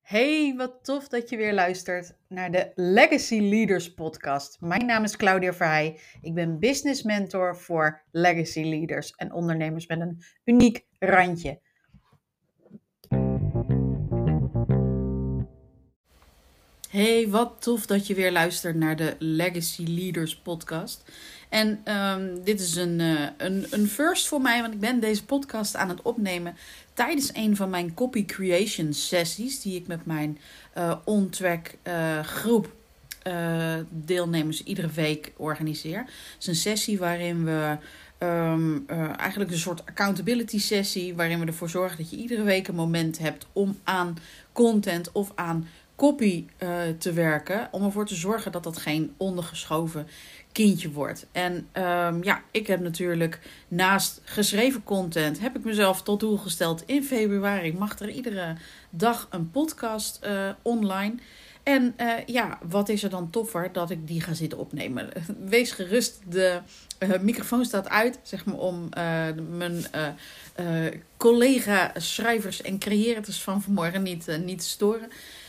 Hey, wat tof dat je weer luistert naar de Legacy Leaders podcast. Mijn naam is Claudia Verheij. Ik ben business mentor voor Legacy Leaders en ondernemers met een uniek randje. Hey, wat tof dat je weer luistert naar de Legacy Leaders podcast. En dit is een first voor mij, want ik ben deze podcast aan het opnemen tijdens een van mijn copy creation sessies die ik met mijn on-track groep deelnemers iedere week organiseer. Het is een sessie waarin we eigenlijk een soort accountability sessie, waarin we ervoor zorgen dat je iedere week een moment hebt om aan content of aan copy te werken, om ervoor te zorgen dat dat geen ondergeschoven kindje wordt. En ik heb natuurlijk naast geschreven content, heb ik mezelf tot doel gesteld in februari mag er iedere dag een podcast online. En wat is er dan toffer dat ik die ga zitten opnemen. Wees gerust, de microfoon staat uit, zeg maar, om mijn collega schrijvers en creators van vanmorgen niet te storen.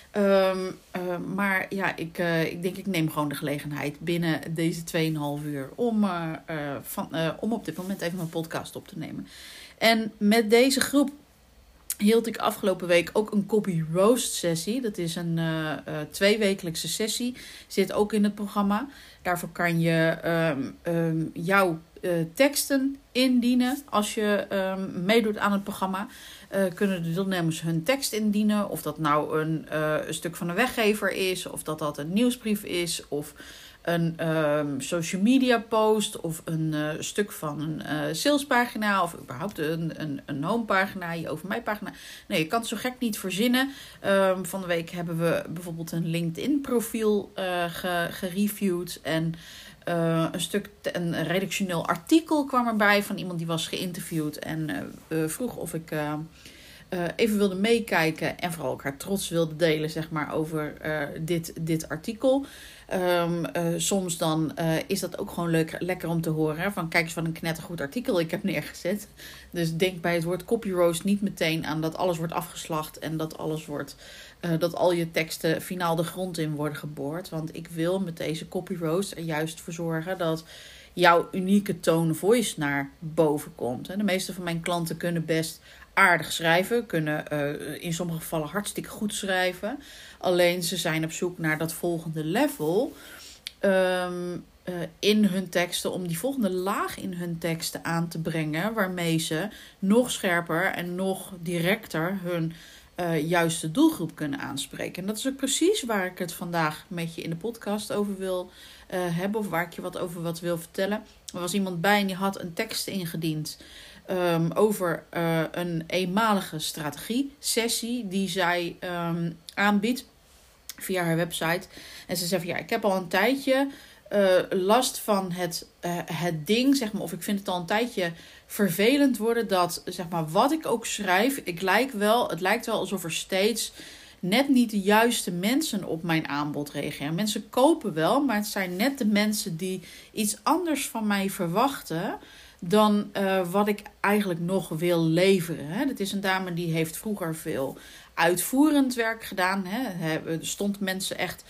Maar ja, ik denk ik neem gewoon de gelegenheid binnen deze 2,5 uur om op dit moment even mijn podcast op te nemen. En met deze groep hield ik afgelopen week ook een copy roast sessie. Dat is een 2-wekelijkse sessie. Zit ook in het programma. Daarvoor kan je jouw teksten indienen. Als je meedoet aan het programma, kunnen de deelnemers hun tekst indienen. Of dat nou een stuk van een weggever is, of dat een nieuwsbrief is, of een social media post, of een stuk van een salespagina, of überhaupt een homepagina, je over mij pagina. Nee, je kan het zo gek niet verzinnen. Van de week hebben we bijvoorbeeld een LinkedIn profiel gereviewd en een redactioneel artikel kwam erbij van iemand die was geïnterviewd en vroeg of ik even wilde meekijken en vooral ook haar trots wilde delen, zeg maar, over dit artikel. Soms dan is dat ook gewoon lekker om te horen. Van kijk eens wat een knettergoed artikel ik heb neergezet. Dus denk bij het woord copy roast niet meteen aan dat alles wordt afgeslacht en dat alles wordt, dat al je teksten finaal de grond in worden geboord. Want ik wil met deze copy roast er juist voor zorgen dat jouw unieke tone of voice naar boven komt. De meeste van mijn klanten kunnen best aardig schrijven, kunnen in sommige gevallen hartstikke goed schrijven. Alleen ze zijn op zoek naar dat volgende level in hun teksten, om die volgende laag in hun teksten aan te brengen, waarmee ze nog scherper en nog directer hun juiste doelgroep kunnen aanspreken. En dat is ook precies waar ik het vandaag met je in de podcast over wil hebben, of waar ik je wat wil vertellen. Er was iemand bij en die had een tekst ingediend over een eenmalige strategie-sessie die zij aanbiedt via haar website. En ze zei van ik heb al een tijdje last van het ding, zeg maar, of ik vind het al een tijdje vervelend worden dat, zeg maar, wat ik ook schrijf, het lijkt wel alsof er steeds net niet de juiste mensen op mijn aanbod reageren. Mensen kopen wel, maar het zijn net de mensen die iets anders van mij verwachten dan wat ik eigenlijk nog wil leveren. Dat is een dame die heeft vroeger veel uitvoerend werk gedaan. Er stond mensen echt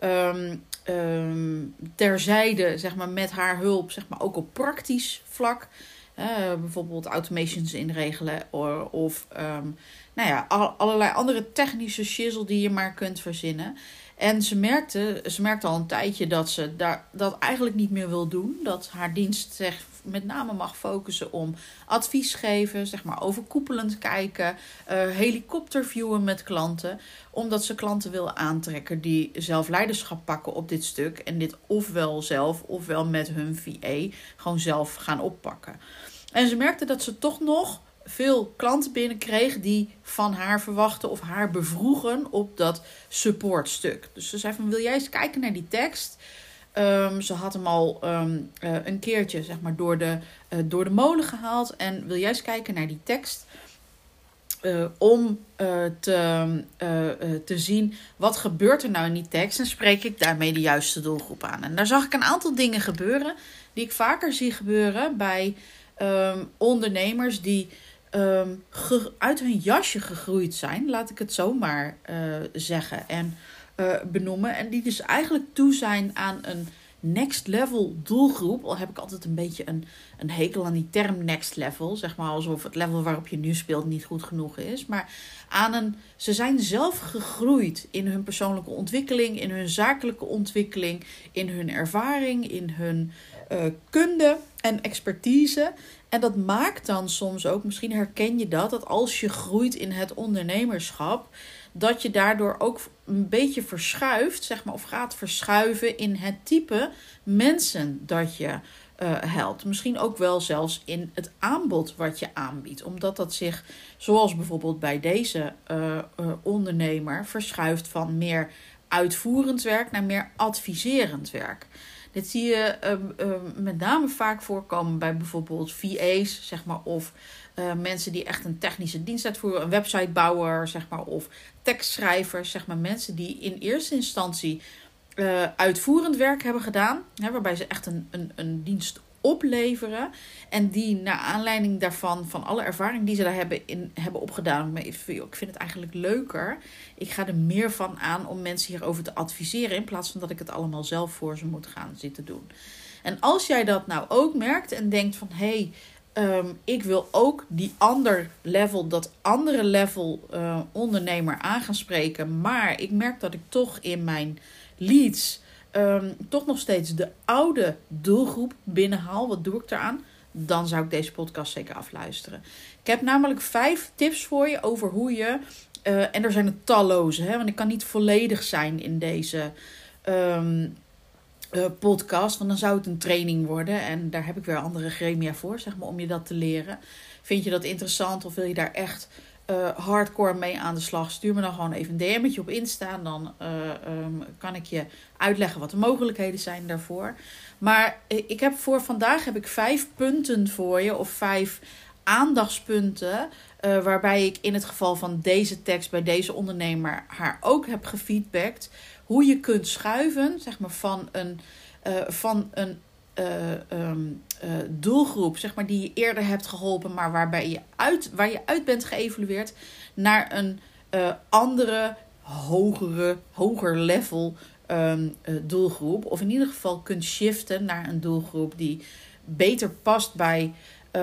terzijde, zeg maar, met haar hulp, zeg maar, ook op praktisch vlak. Bijvoorbeeld automations inregelen of allerlei andere technische shizzle die je maar kunt verzinnen. En ze merkte al een tijdje dat ze dat eigenlijk niet meer wil doen. Dat haar dienst zich met name mag focussen om advies geven, zeg maar, overkoepelend kijken, helikopterviewen met klanten. Omdat ze klanten wil aantrekken die zelf leiderschap pakken op dit stuk. En dit ofwel zelf ofwel met hun VA gewoon zelf gaan oppakken. En ze merkte dat ze toch nog veel klanten binnenkreeg die van haar verwachten of haar bevroegen op dat supportstuk. Dus ze zei van, wil jij eens kijken naar die tekst? Ze had hem al een keertje, zeg maar, door de molen gehaald. En wil jij eens kijken naar die tekst? Om te zien wat gebeurt er nou in die tekst en spreek ik daarmee de juiste doelgroep aan. En daar zag ik een aantal dingen gebeuren die ik vaker zie gebeuren bij ondernemers die uit hun jasje gegroeid zijn, laat ik het zo maar zeggen en benoemen. En die dus eigenlijk toe zijn aan een next level doelgroep. Al heb ik altijd een beetje een hekel aan die term next level. Zeg maar alsof het level waarop je nu speelt niet goed genoeg is. Maar ze zijn zelf gegroeid in hun persoonlijke ontwikkeling, in hun zakelijke ontwikkeling, in hun ervaring, in hun kunde en expertise. En dat maakt dan soms ook, misschien herken je dat als je groeit in het ondernemerschap, dat je daardoor ook een beetje verschuift, zeg maar, of gaat verschuiven in het type mensen dat je helpt. Misschien ook wel zelfs in het aanbod wat je aanbiedt. Omdat dat zich, zoals bijvoorbeeld bij deze ondernemer, verschuift van meer uitvoerend werk naar meer adviserend werk. Dit zie je met name vaak voorkomen bij bijvoorbeeld VA's, zeg maar, of mensen die echt een technische dienst uitvoeren, een websitebouwer, zeg maar, of tekstschrijvers, zeg maar, mensen die in eerste instantie uitvoerend werk hebben gedaan, waarbij ze echt een dienst opleveren en die naar aanleiding daarvan, van alle ervaring die ze daar hebben opgedaan, maar ik vind het eigenlijk leuker. Ik ga er meer van aan om mensen hierover te adviseren in plaats van dat ik het allemaal zelf voor ze moet gaan zitten doen. En als jij dat nou ook merkt en denkt van ik wil ook dat andere level ondernemer aan gaan spreken, maar ik merk dat ik toch in mijn leads toch nog steeds de oude doelgroep binnenhaal. Wat doe ik daaraan? Dan zou ik deze podcast zeker afluisteren. Ik heb namelijk 5 tips voor je over hoe je, en er zijn er talloze, want ik kan niet volledig zijn in deze podcast, want dan zou het een training worden en daar heb ik weer andere gremia voor, zeg maar, om je dat te leren. Vind je dat interessant of wil je daar echt hardcore mee aan de slag? Stuur me dan gewoon even een DM'tje op Insta. Dan kan ik je uitleggen wat de mogelijkheden zijn daarvoor. Maar ik heb voor vandaag 5 punten voor je, of 5 aandachtspunten, waarbij ik in het geval van deze tekst bij deze ondernemer haar ook heb gefeedbackt, hoe je kunt schuiven, zeg maar, van een doelgroep, zeg maar, die je eerder hebt geholpen, maar waar je uit bent geëvalueerd, naar een andere, hoger level doelgroep. Of in ieder geval kunt shiften naar een doelgroep die beter past bij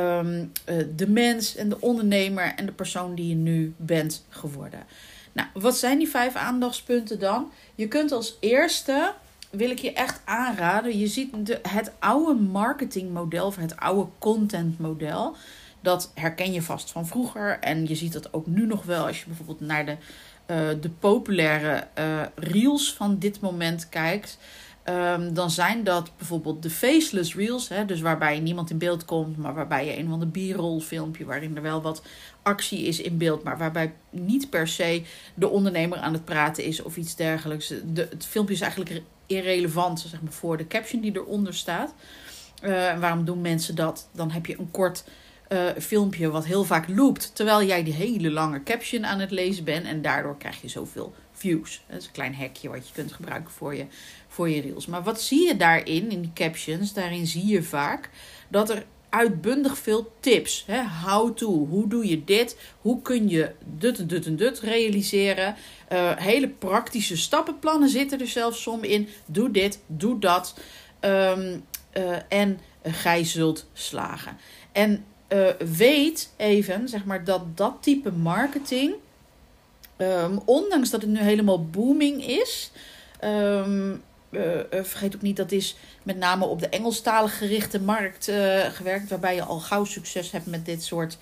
de mens en de ondernemer en de persoon die je nu bent geworden. Nou, wat zijn die 5 aandachtspunten dan? Je kunt als eerste, wil ik je echt aanraden, je ziet het oude marketingmodel of het oude contentmodel. Dat herken je vast van vroeger en je ziet dat ook nu nog wel als je bijvoorbeeld naar de populaire reels van dit moment kijkt. Dan zijn dat bijvoorbeeld de faceless reels, dus waarbij niemand in beeld komt, maar waarbij je een of ander b-roll filmpje, waarin er wel wat actie is in beeld, maar waarbij niet per se de ondernemer aan het praten is of iets dergelijks. Het filmpje is eigenlijk irrelevant, zeg maar, voor de caption die eronder staat. Waarom doen mensen dat? Dan heb je een kort filmpje wat heel vaak loopt, terwijl jij die hele lange caption aan het lezen bent en daardoor krijg je zoveel views. Dat is een klein hackje wat je kunt gebruiken voor je reels. Maar wat zie je daarin, in die captions? Daarin zie je vaak dat er uitbundig veel tips, how to, hoe doe je dit, hoe kun je dit en dit en dit realiseren. Hele praktische stappenplannen zitten er zelfs soms in. Doe dit, doe dat en gij zult slagen. En weet even, zeg maar, dat type marketing, ondanks dat het nu helemaal booming is, vergeet ook niet, dat is met name op de Engelstalig gerichte markt gewerkt, waarbij je al gauw succes hebt met dit soort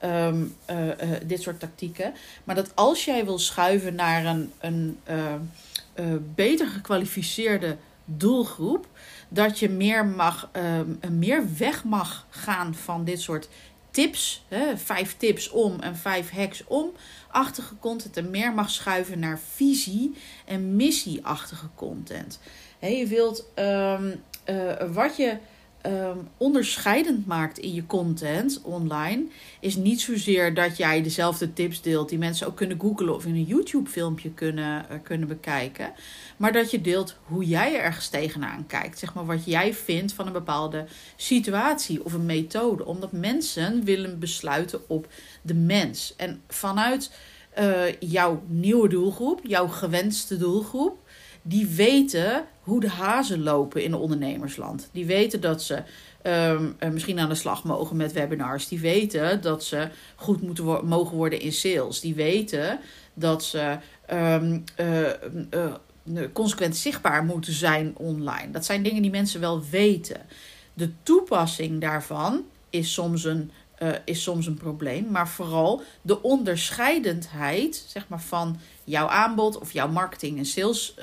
tactieken. Maar dat als jij wil schuiven naar een beter gekwalificeerde doelgroep, dat je meer weg mag gaan van dit soort tips, 5 tips om en 5 hacks om achtige content, en meer mag schuiven naar visie en missieachtige content. Je wilt wat je onderscheidend maakt in je content online, is niet zozeer dat jij dezelfde tips deelt die mensen ook kunnen googlen of in een YouTube filmpje kunnen bekijken. Maar dat je deelt hoe jij ergens tegenaan kijkt. Zeg maar wat jij vindt van een bepaalde situatie of een methode. Omdat mensen willen besluiten op de mens. En vanuit jouw nieuwe doelgroep, jouw gewenste doelgroep, die weten hoe de hazen lopen in ondernemersland. Die weten dat ze misschien aan de slag mogen met webinars. Die weten dat ze goed mogen worden in sales. Die weten dat ze consequent zichtbaar moeten zijn online. Dat zijn dingen die mensen wel weten. De toepassing daarvan is soms een probleem. Maar vooral de onderscheidendheid, zeg maar, van jouw aanbod of jouw marketing en sales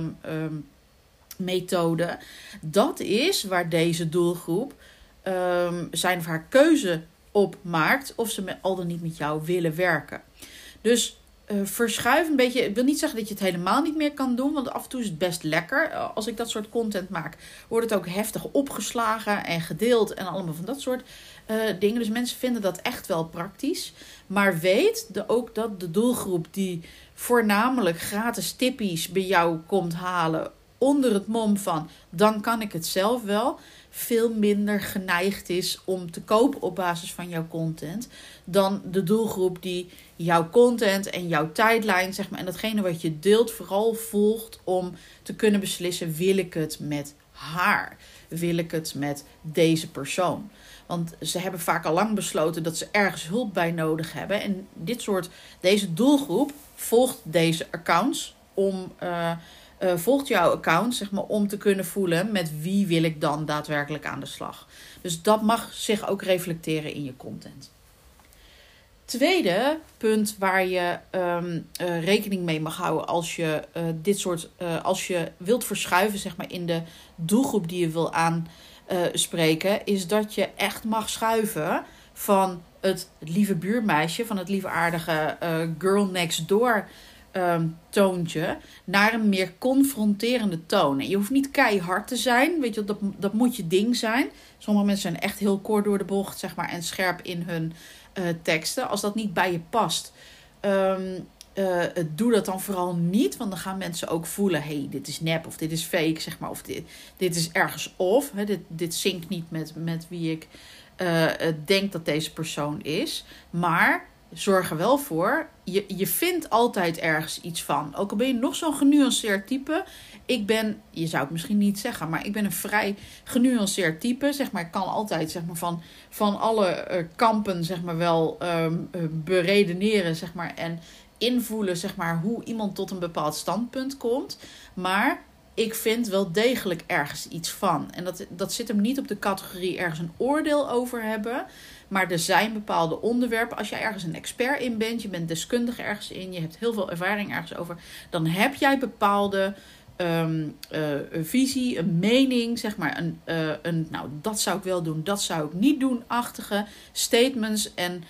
methode. Dat is waar deze doelgroep zijn of haar keuze op maakt of ze al dan niet met jou willen werken. Dus verschuif een beetje. Ik wil niet zeggen dat je het helemaal niet meer kan doen, want af en toe is het best lekker. Als ik dat soort content maak, wordt het ook heftig opgeslagen en gedeeld en allemaal van dat soort dingen. Dus mensen vinden dat echt wel praktisch. Maar weet ook dat de doelgroep die voornamelijk gratis tippies bij jou komt halen onder het mom van dan kan ik het zelf wel, veel minder geneigd is om te kopen op basis van jouw content dan de doelgroep die jouw content en jouw tijdlijn, zeg maar, en datgene wat je deelt vooral volgt om te kunnen beslissen, wil ik het met haar? Wil ik het met deze persoon? Want ze hebben vaak al lang besloten dat ze ergens hulp bij nodig hebben. En deze doelgroep volgt deze accounts volgt jouw account, zeg maar, om te kunnen voelen met wie wil ik dan daadwerkelijk aan de slag. Dus dat mag zich ook reflecteren in je content. Tweede punt waar je rekening mee mag houden als je als je wilt verschuiven, zeg maar, in de doelgroep die je wil aanspreken, is dat je echt mag schuiven van het lieve buurmeisje, van het lieve aardige girl next door toontje naar een meer confronterende toon. En je hoeft niet keihard te zijn, weet je, dat moet je ding zijn. Sommige mensen zijn echt heel kort door de bocht, zeg maar, en scherp in hun teksten. Als dat niet bij je past, doe dat dan vooral niet, want dan gaan mensen ook voelen, hey, dit is nep of dit is fake, zeg maar, of dit is ergens off. Dit zinkt niet met wie ik denk dat deze persoon is. Maar zorg er wel voor, je vindt altijd ergens iets van. Ook al ben je nog zo'n genuanceerd type. Je zou het misschien niet zeggen, maar ik ben een vrij genuanceerd type. Zeg maar, ik kan altijd, zeg maar, van alle kampen, zeg maar, wel beredeneren, zeg maar, en invoelen, zeg maar, hoe iemand tot een bepaald standpunt komt. Maar ik vind wel degelijk ergens iets van. En dat zit hem niet op de categorie ergens een oordeel over hebben. Maar er zijn bepaalde onderwerpen. Als jij ergens een expert in bent, je bent deskundig ergens in, je hebt heel veel ervaring ergens over, dan heb jij bepaalde visie, een mening, zeg maar, nou, dat zou ik wel doen, dat zou ik niet doen-achtige statements en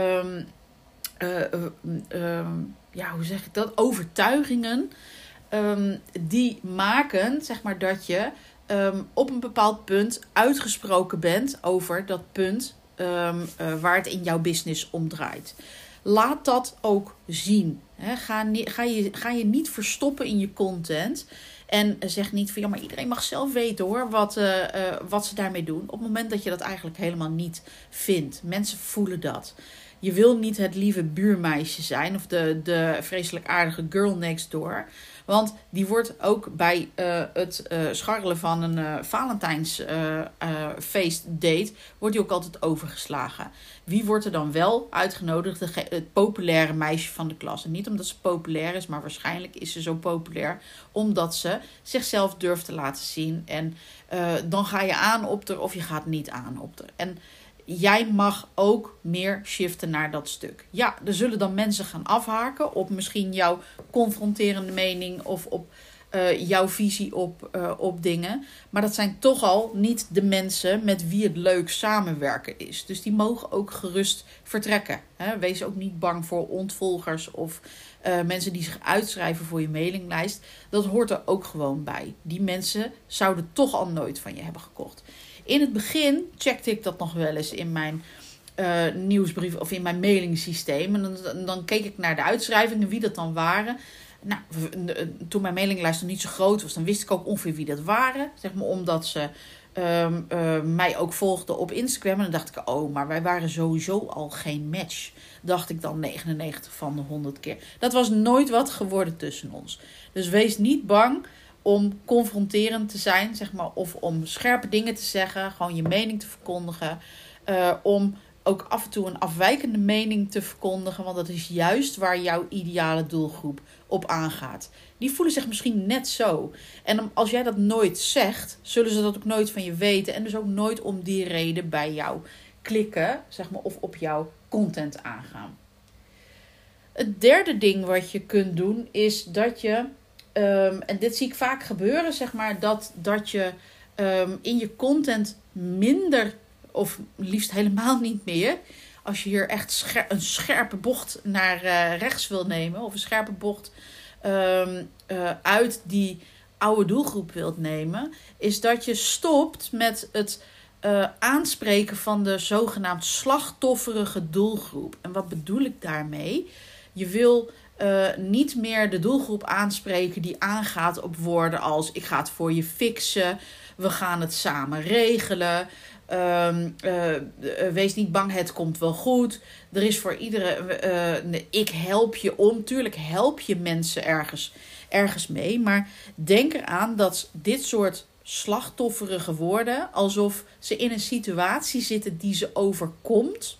hoe zeg ik dat? Overtuigingen die maken, zeg maar, dat je op een bepaald punt uitgesproken bent over dat punt waar het in jouw business om draait. Laat dat ook zien. Ga je niet verstoppen in je content. En zeg niet van, ja, maar iedereen mag zelf weten, hoor, wat ze daarmee doen. Op het moment dat je dat eigenlijk helemaal niet vindt. Mensen voelen dat. Je wil niet het lieve buurmeisje zijn of de vreselijk aardige girl next door. Want die wordt ook bij het scharrelen van een Valentijnsfeestdate wordt die ook altijd overgeslagen. Wie wordt er dan wel uitgenodigd? Het populaire meisje van de klas. En niet omdat ze populair is, maar waarschijnlijk is ze zo populair omdat ze zichzelf durft te laten zien. En dan ga je aan op haar of je gaat niet aan op haar. En jij mag ook meer shiften naar dat stuk. Ja, er zullen dan mensen gaan afhaken op misschien jouw confronterende mening of op jouw visie op dingen. Maar dat zijn toch al niet de mensen met wie het leuk samenwerken is. Dus die mogen ook gerust vertrekken. Wees ook niet bang voor ontvolgers of mensen die zich uitschrijven voor je mailinglijst. Dat hoort er ook gewoon bij. Die mensen zouden toch al nooit van je hebben gekocht. In het begin checkte ik dat nog wel eens in mijn nieuwsbrief of in mijn mailingsysteem. En dan keek ik naar de uitschrijvingen, wie dat dan waren. Nou, toen mijn mailinglijst nog niet zo groot was, dan wist ik ook ongeveer wie dat waren. Zeg maar omdat ze mij ook volgden op Instagram. En dan dacht ik, oh, maar wij waren sowieso al geen match. Dacht ik dan 99 van de 100 keer. Dat was nooit wat geworden tussen ons. Dus wees niet bang om confronterend te zijn, zeg maar, of om scherpe dingen te zeggen, gewoon je mening te verkondigen. Om ook af en toe een afwijkende mening te verkondigen, want dat is juist waar jouw ideale doelgroep op aangaat. Die voelen zich misschien net zo. En als jij dat nooit zegt, zullen ze dat ook nooit van je weten en dus ook nooit om die reden bij jou klikken, zeg maar, of op jouw content aangaan. Het derde ding wat je kunt doen is dat je, en dit zie ik vaak gebeuren, zeg maar, dat je in je content minder, of liefst helemaal niet meer, als je hier echt een scherpe bocht naar rechts wil nemen, of een scherpe bocht uit die oude doelgroep wilt nemen, is dat je stopt met het aanspreken van de zogenaamd slachtofferige doelgroep. En wat bedoel ik daarmee? Je wil niet meer de doelgroep aanspreken die aangaat op woorden als ik ga het voor je fixen, we gaan het samen regelen, wees niet bang, het komt wel goed. Er is voor iedere, ik help je om. Tuurlijk help je mensen ergens mee, maar denk eraan dat dit soort slachtofferige woorden, alsof ze in een situatie zitten die ze overkomt.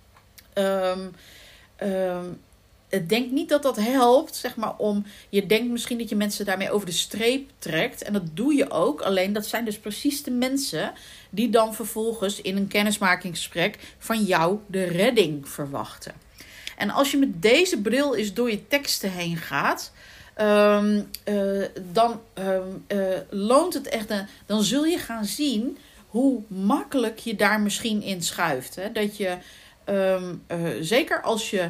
Denk niet dat dat helpt, zeg maar, je denkt misschien dat je mensen daarmee over de streep trekt. En dat doe je ook. Alleen dat zijn dus precies de mensen die dan vervolgens in een kennismakingsgesprek van jou de redding verwachten. En als je met deze bril eens door je teksten heen gaat, dan loont het echt. Dan zul je gaan zien hoe makkelijk je daar misschien in schuift. Hè? Dat je, zeker als je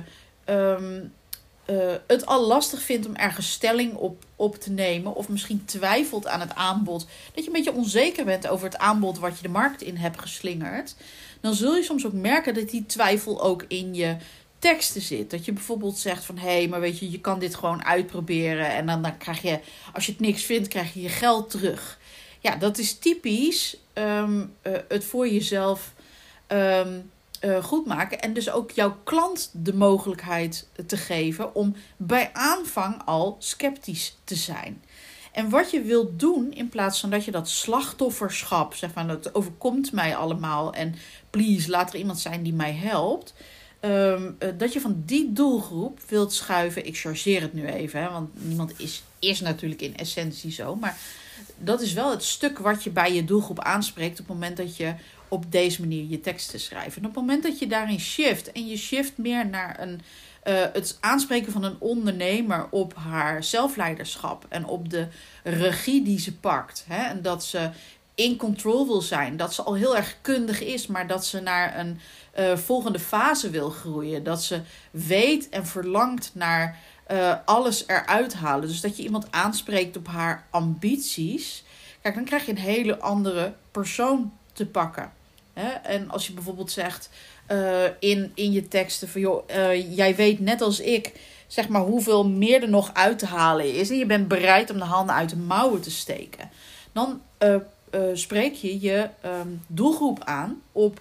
het al lastig vindt om ergens stelling op te nemen, of misschien twijfelt aan het aanbod, dat je een beetje onzeker bent over het aanbod wat je de markt in hebt geslingerd, dan zul je soms ook merken dat die twijfel ook in je teksten zit. Dat je bijvoorbeeld zegt van, hé, maar weet je, je kan dit gewoon uitproberen en dan krijg je, als je het niks vindt, krijg je je geld terug. Ja, dat is typisch het voor jezelf goed maken en dus ook jouw klant de mogelijkheid te geven om bij aanvang al sceptisch te zijn. En wat je wilt doen, in plaats van dat je dat slachtofferschap, zeg maar, dat overkomt mij allemaal en please, laat er iemand zijn die mij helpt, dat je van die doelgroep wilt schuiven. Ik chargeer het nu even, hè, want niemand is natuurlijk in essentie zo, maar dat is wel het stuk wat je bij je doelgroep aanspreekt op het moment dat je op deze manier je teksten schrijft. En op het moment dat je daarin shift en je shift meer naar het aanspreken van een ondernemer op haar zelfleiderschap en op de regie die ze pakt, hè, en dat ze in control wil zijn, dat ze al heel erg kundig is, maar dat ze naar een volgende fase wil groeien, dat ze weet en verlangt naar alles eruit halen. Dus dat je iemand aanspreekt op haar ambities. Kijk, dan krijg je een hele andere persoon te pakken. En als je bijvoorbeeld zegt in je teksten van, joh, jij weet net als ik, zeg maar, hoeveel meer er nog uit te halen is, en je bent bereid om de handen uit de mouwen te steken, dan spreek je je doelgroep aan op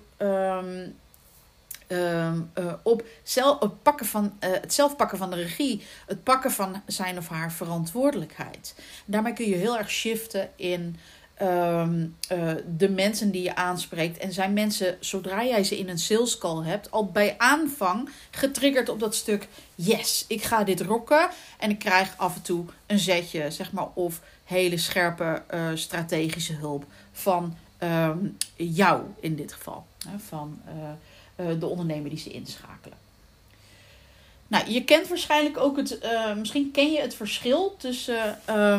het pakken van het zelf pakken van de regie, het pakken van zijn of haar verantwoordelijkheid. Daarmee kun je heel erg shiften in de mensen die je aanspreekt. En zijn mensen, zodra jij ze in een sales call hebt, al bij aanvang getriggerd op dat stuk, yes, ik ga dit rocken en ik krijg af en toe een zetje, zeg maar, of hele scherpe strategische hulp van jou in dit geval, van de ondernemer die ze inschakelen. Nou, je kent waarschijnlijk ook misschien ken je het verschil tussen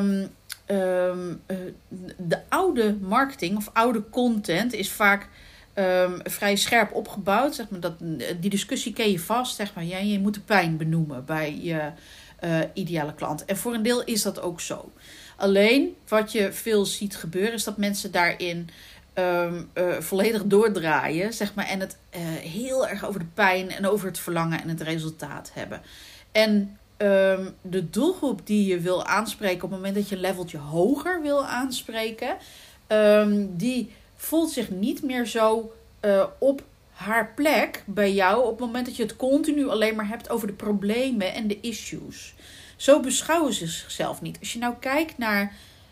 de oude marketing of oude content is vaak vrij scherp opgebouwd. Zeg maar, die discussie ken je vast. Zeg maar, je moet de pijn benoemen bij je ideale klant. En voor een deel is dat ook zo. Alleen wat je veel ziet gebeuren is dat mensen daarin volledig doordraaien, zeg maar, en het heel erg over de pijn en over het verlangen en het resultaat hebben. En de doelgroep die je wil aanspreken op het moment dat je een leveltje hoger wil aanspreken, die voelt zich niet meer zo op haar plek bij jou op het moment dat je het continu alleen maar hebt over de problemen en de issues. Zo beschouwen ze zichzelf niet. Als je nou kijkt naar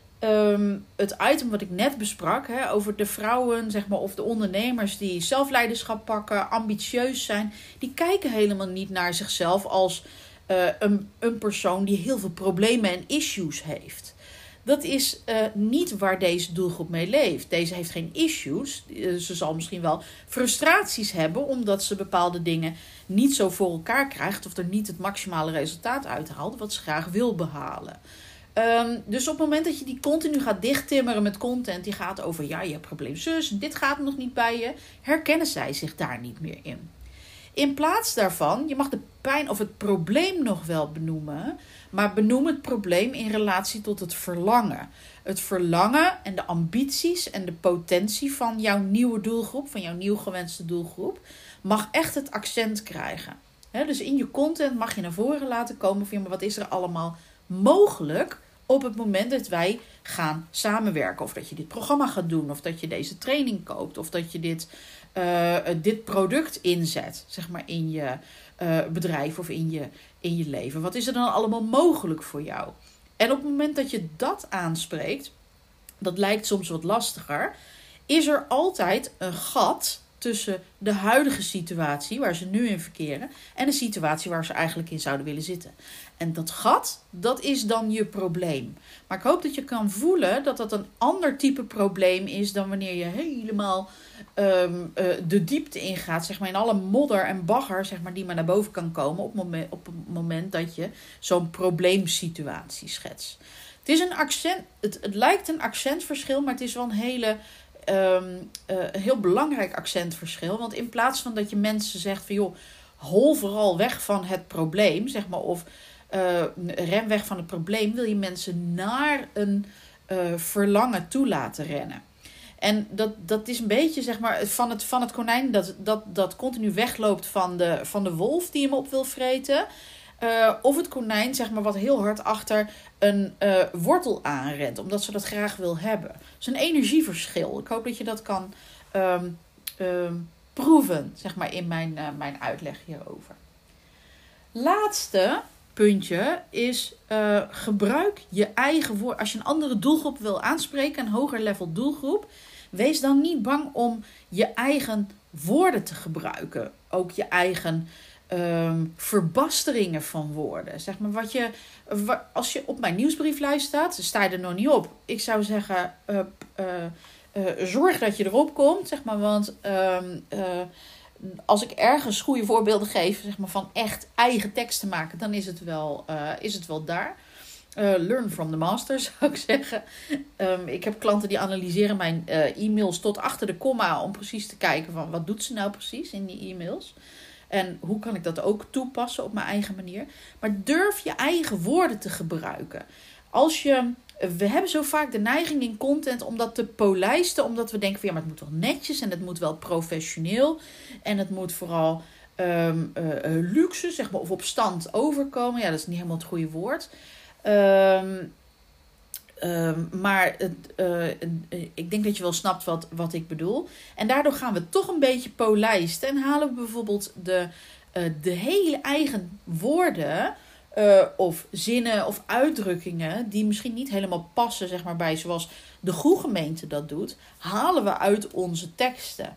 het item wat ik net besprak, over de vrouwen, zeg maar, of de ondernemers die zelfleiderschap pakken, ambitieus zijn, die kijken helemaal niet naar zichzelf als een persoon die heel veel problemen en issues heeft. Dat is niet waar deze doelgroep mee leeft. Deze heeft geen issues. Ze zal misschien wel frustraties hebben omdat ze bepaalde dingen niet zo voor elkaar krijgt of er niet het maximale resultaat uithaalt wat ze graag wil behalen. Dus op het moment dat je die continu gaat dichttimmeren met content die gaat over ja, je hebt probleem zus, dit gaat nog niet bij je, herkennen zij zich daar niet meer in. In plaats daarvan, je mag de pijn of het probleem nog wel benoemen, maar benoem het probleem in relatie tot het verlangen. Het verlangen en de ambities en de potentie van jouw nieuwe doelgroep, van jouw nieuw gewenste doelgroep, mag echt het accent krijgen. Dus in je content mag je naar voren laten komen van, maar wat is er allemaal mogelijk op het moment dat wij gaan samenwerken. Of dat je dit programma gaat doen, of dat je deze training koopt, of dat je dit product inzet, zeg maar, in je bedrijf of in je leven. Wat is er dan allemaal mogelijk voor jou? En op het moment dat je dat aanspreekt, dat lijkt soms wat lastiger, is er altijd een gat tussen de huidige situatie waar ze nu in verkeren en de situatie waar ze eigenlijk in zouden willen zitten. En dat gat, dat is dan je probleem. Maar ik hoop dat je kan voelen dat dat een ander type probleem is dan wanneer je helemaal de diepte ingaat, zeg maar, in alle modder en bagger, zeg maar, die maar naar boven kan komen op het moment dat je zo'n probleemsituatie schetst. Het is een accent, het lijkt een accentverschil, maar het is wel een heel belangrijk accentverschil. Want in plaats van dat je mensen zegt van joh, hol vooral weg van het probleem, zeg maar, of ren weg van het probleem, wil je mensen naar een verlangen toe laten rennen. En dat is een beetje, zeg maar, van het konijn dat continu wegloopt van de wolf die hem op wil vreten. Of het konijn, zeg maar, wat heel hard achter een wortel aanrent, omdat ze dat graag wil hebben. Dat is een energieverschil. Ik hoop dat je dat kan proeven, zeg maar, in mijn uitleg hierover. Laatste puntje is gebruik je eigen woord. Als je een andere doelgroep wil aanspreken, een hoger level doelgroep, wees dan niet bang om je eigen woorden te gebruiken. Ook je eigen verbasteringen van woorden. Zeg maar, als je op mijn nieuwsbrieflijst staat, sta je er nog niet op. Ik zou zeggen, zorg dat je erop komt, zeg maar, want als ik ergens goede voorbeelden geef, zeg maar, van echt eigen teksten maken, dan is het wel daar. Learn from the master, zou ik zeggen. Ik heb klanten die analyseren mijn e-mails tot achter de komma om precies te kijken van wat doet ze nou precies in die e-mails. En hoe kan ik dat ook toepassen op mijn eigen manier. Maar durf je eigen woorden te gebruiken. We hebben zo vaak de neiging in content om dat te polijsten. Omdat we denken van ja, maar het moet wel netjes en het moet wel professioneel. En het moet vooral luxe, zeg maar, of op stand overkomen. Ja, dat is niet helemaal het goede woord. Maar ik denk dat je wel snapt wat ik bedoel. En daardoor gaan we toch een beetje polijsten. En halen we bijvoorbeeld de hele eigen woorden of zinnen of uitdrukkingen die misschien niet helemaal passen, zeg maar, bij zoals de groegemeente dat doet, halen we uit onze teksten.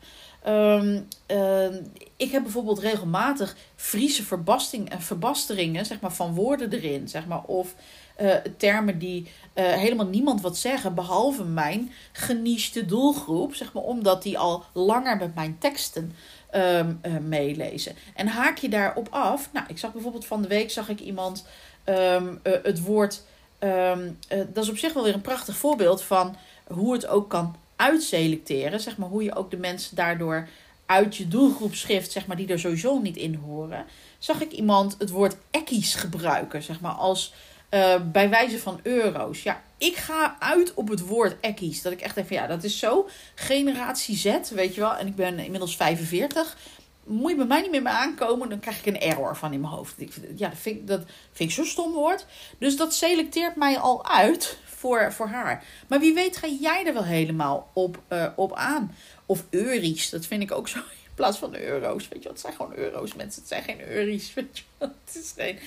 Ik heb bijvoorbeeld regelmatig Friese verbasteringen, zeg maar, van woorden erin, zeg maar, of termen die helemaal niemand wat zeggen, behalve mijn genichte doelgroep, zeg maar, omdat die al langer met mijn teksten meelezen. En haak je daarop af? Nou, ik zag bijvoorbeeld van de week iemand het woord, dat is op zich wel weer een prachtig voorbeeld van hoe het ook kan uitselecteren, zeg maar, hoe je ook de mensen daardoor uit je doelgroep schrift, zeg maar, die er sowieso niet in horen. Zag ik iemand het woord ekkies gebruiken, zeg maar, als bij wijze van euro's. Ja, ik ga uit op het woord ekkies. Dat ik echt denk van ja, dat is zo generatie Z, weet je wel. En ik ben inmiddels 45. Moet je bij mij niet meer mee aankomen, dan krijg ik een error van in mijn hoofd. Ja, dat vind ik zo'n stom woord. Dus dat selecteert mij al uit voor haar. Maar wie weet ga jij er wel helemaal op aan. Of euries, dat vind ik ook zo in plaats van euro's. Weet je, het zijn gewoon euro's, mensen. Het zijn geen euries, weet je. Het is geen...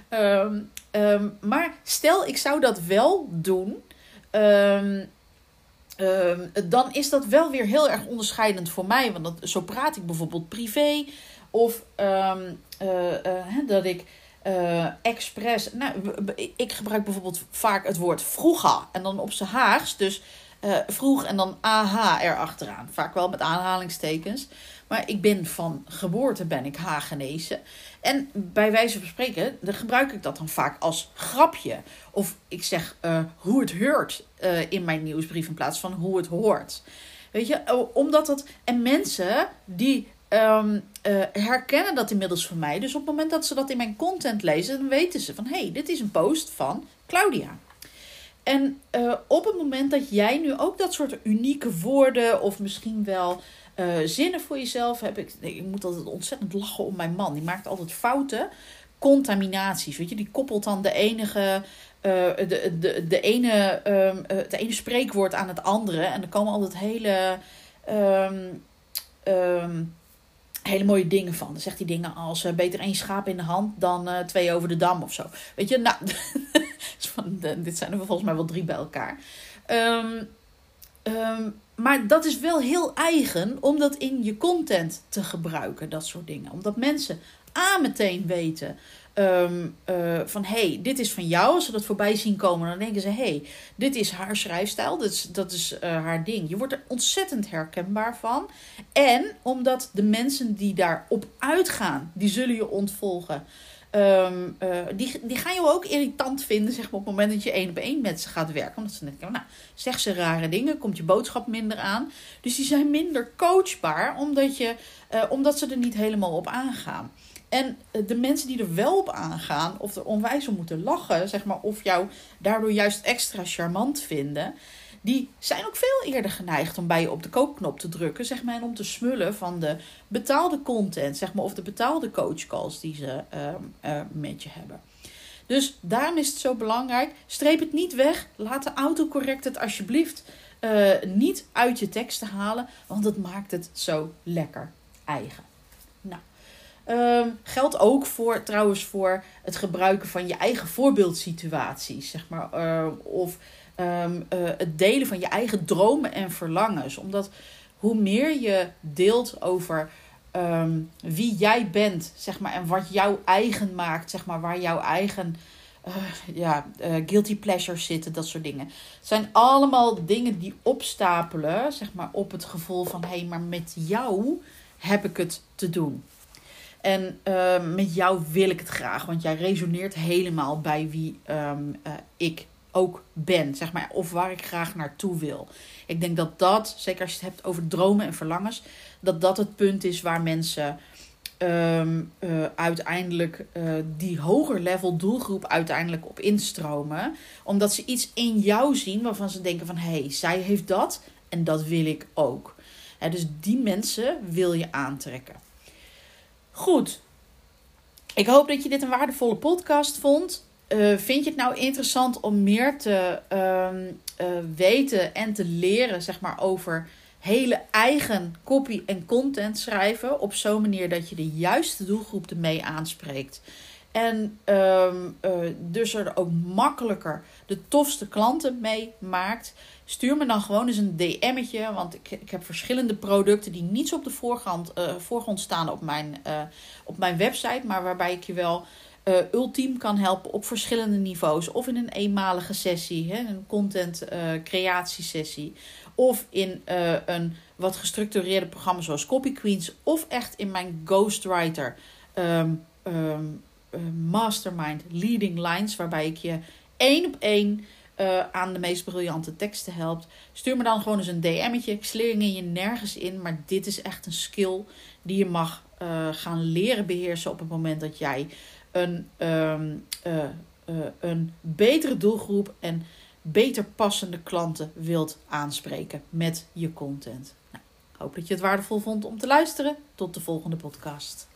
maar stel, ik zou dat wel doen. Dan is dat wel weer heel erg onderscheidend voor mij. Want zo praat ik bijvoorbeeld privé. Of dat ik expres... Nou, ik gebruik bijvoorbeeld vaak het woord vroeger. En dan op z'n Haags. Dus vroeg en dan AH erachteraan. Vaak wel met aanhalingstekens. Maar ik ben van geboorte ben ik Hagenezen. En bij wijze van spreken, dan gebruik ik dat dan vaak als grapje. Of ik zeg hoe het heurt in mijn nieuwsbrief in plaats van hoe het hoort. Weet je, omdat dat... En mensen die herkennen dat inmiddels van mij. Dus op het moment dat ze dat in mijn content lezen, dan weten ze van hé, dit is een post van Claudia. En op het moment dat jij nu ook dat soort unieke woorden of misschien wel zinnen voor jezelf hebt. Ik moet altijd ontzettend lachen om mijn man. Die maakt altijd fouten. Contaminaties. Weet je, die koppelt dan het ene spreekwoord aan het andere. En er komen altijd hele mooie dingen van. Dan zegt hij dingen als beter 1 schaap in de hand dan 2 over de dam of zo. Weet je, nou, dit zijn er volgens mij wel 3 bij elkaar. Maar dat is wel heel eigen om dat in je content te gebruiken, dat soort dingen. Omdat mensen meteen weten van hé, dit is van jou. Als ze dat voorbij zien komen, dan denken ze hé, dit is haar schrijfstijl, dat is haar ding. Je wordt er ontzettend herkenbaar van. En omdat de mensen die daarop uitgaan, die zullen je ontvolgen. Die gaan je ook irritant vinden, zeg maar, op het moment dat je 1-op-1 met ze gaat werken. Omdat ze denken, nou, zegt ze rare dingen, komt je boodschap minder aan. Dus die zijn minder coachbaar, omdat ze er niet helemaal op aangaan. En de mensen die er wel op aangaan, of er onwijs om moeten lachen, zeg maar, of jou daardoor juist extra charmant vinden, die zijn ook veel eerder geneigd om bij je op de koopknop te drukken, zeg maar, en om te smullen van de betaalde content, zeg maar, of de betaalde coachcalls die ze met je hebben. Dus daarom is het zo belangrijk, streep het niet weg, laat de autocorrect het alsjeblieft niet uit je teksten halen, want dat maakt het zo lekker eigen. Nou. Geldt ook trouwens voor het gebruiken van je eigen voorbeeldsituaties, zeg maar, of het delen van je eigen dromen en verlangens. Omdat hoe meer je deelt over wie jij bent, zeg maar, en wat jou eigen maakt, zeg maar, waar jouw eigen guilty pleasures zitten, dat soort dingen. Het zijn allemaal dingen die opstapelen, zeg maar, op het gevoel van hé, maar met jou heb ik het te doen. En met jou wil ik het graag, want jij resoneert helemaal bij wie ik ook ben, zeg maar, of waar ik graag naartoe wil. Ik denk dat, zeker als je het hebt over dromen en verlangens, dat het punt is waar mensen uiteindelijk die hoger level doelgroep uiteindelijk op instromen. Omdat ze iets in jou zien waarvan ze denken van hé, zij heeft dat en dat wil ik ook. Dus die mensen wil je aantrekken. Goed, ik hoop dat je dit een waardevolle podcast vond. Vind je het nou interessant om meer te weten en te leren, zeg maar, over hele eigen copy en content schrijven op zo'n manier dat je de juiste doelgroep ermee aanspreekt. En dus er ook makkelijker de tofste klanten mee maakt. Stuur me dan gewoon eens een DM'tje. Want ik heb verschillende producten die niet zo op de voorgrond staan op mijn website. Maar waarbij ik je wel ultiem kan helpen op verschillende niveaus. Of in een eenmalige sessie, een content creatiesessie. Of in een wat gestructureerde programma zoals Copy Queens. Of echt in mijn Ghostwriter Mastermind Leading Lines. Waarbij ik je 1-op-1 aan de meest briljante teksten helpt. Stuur me dan gewoon eens een DM'tje. Ik sling je nergens in. Maar dit is echt een skill die je mag gaan leren beheersen op het moment dat jij een een betere doelgroep en beter passende klanten wilt aanspreken met je content. Nou, ik hoop dat je het waardevol vond om te luisteren. Tot de volgende podcast.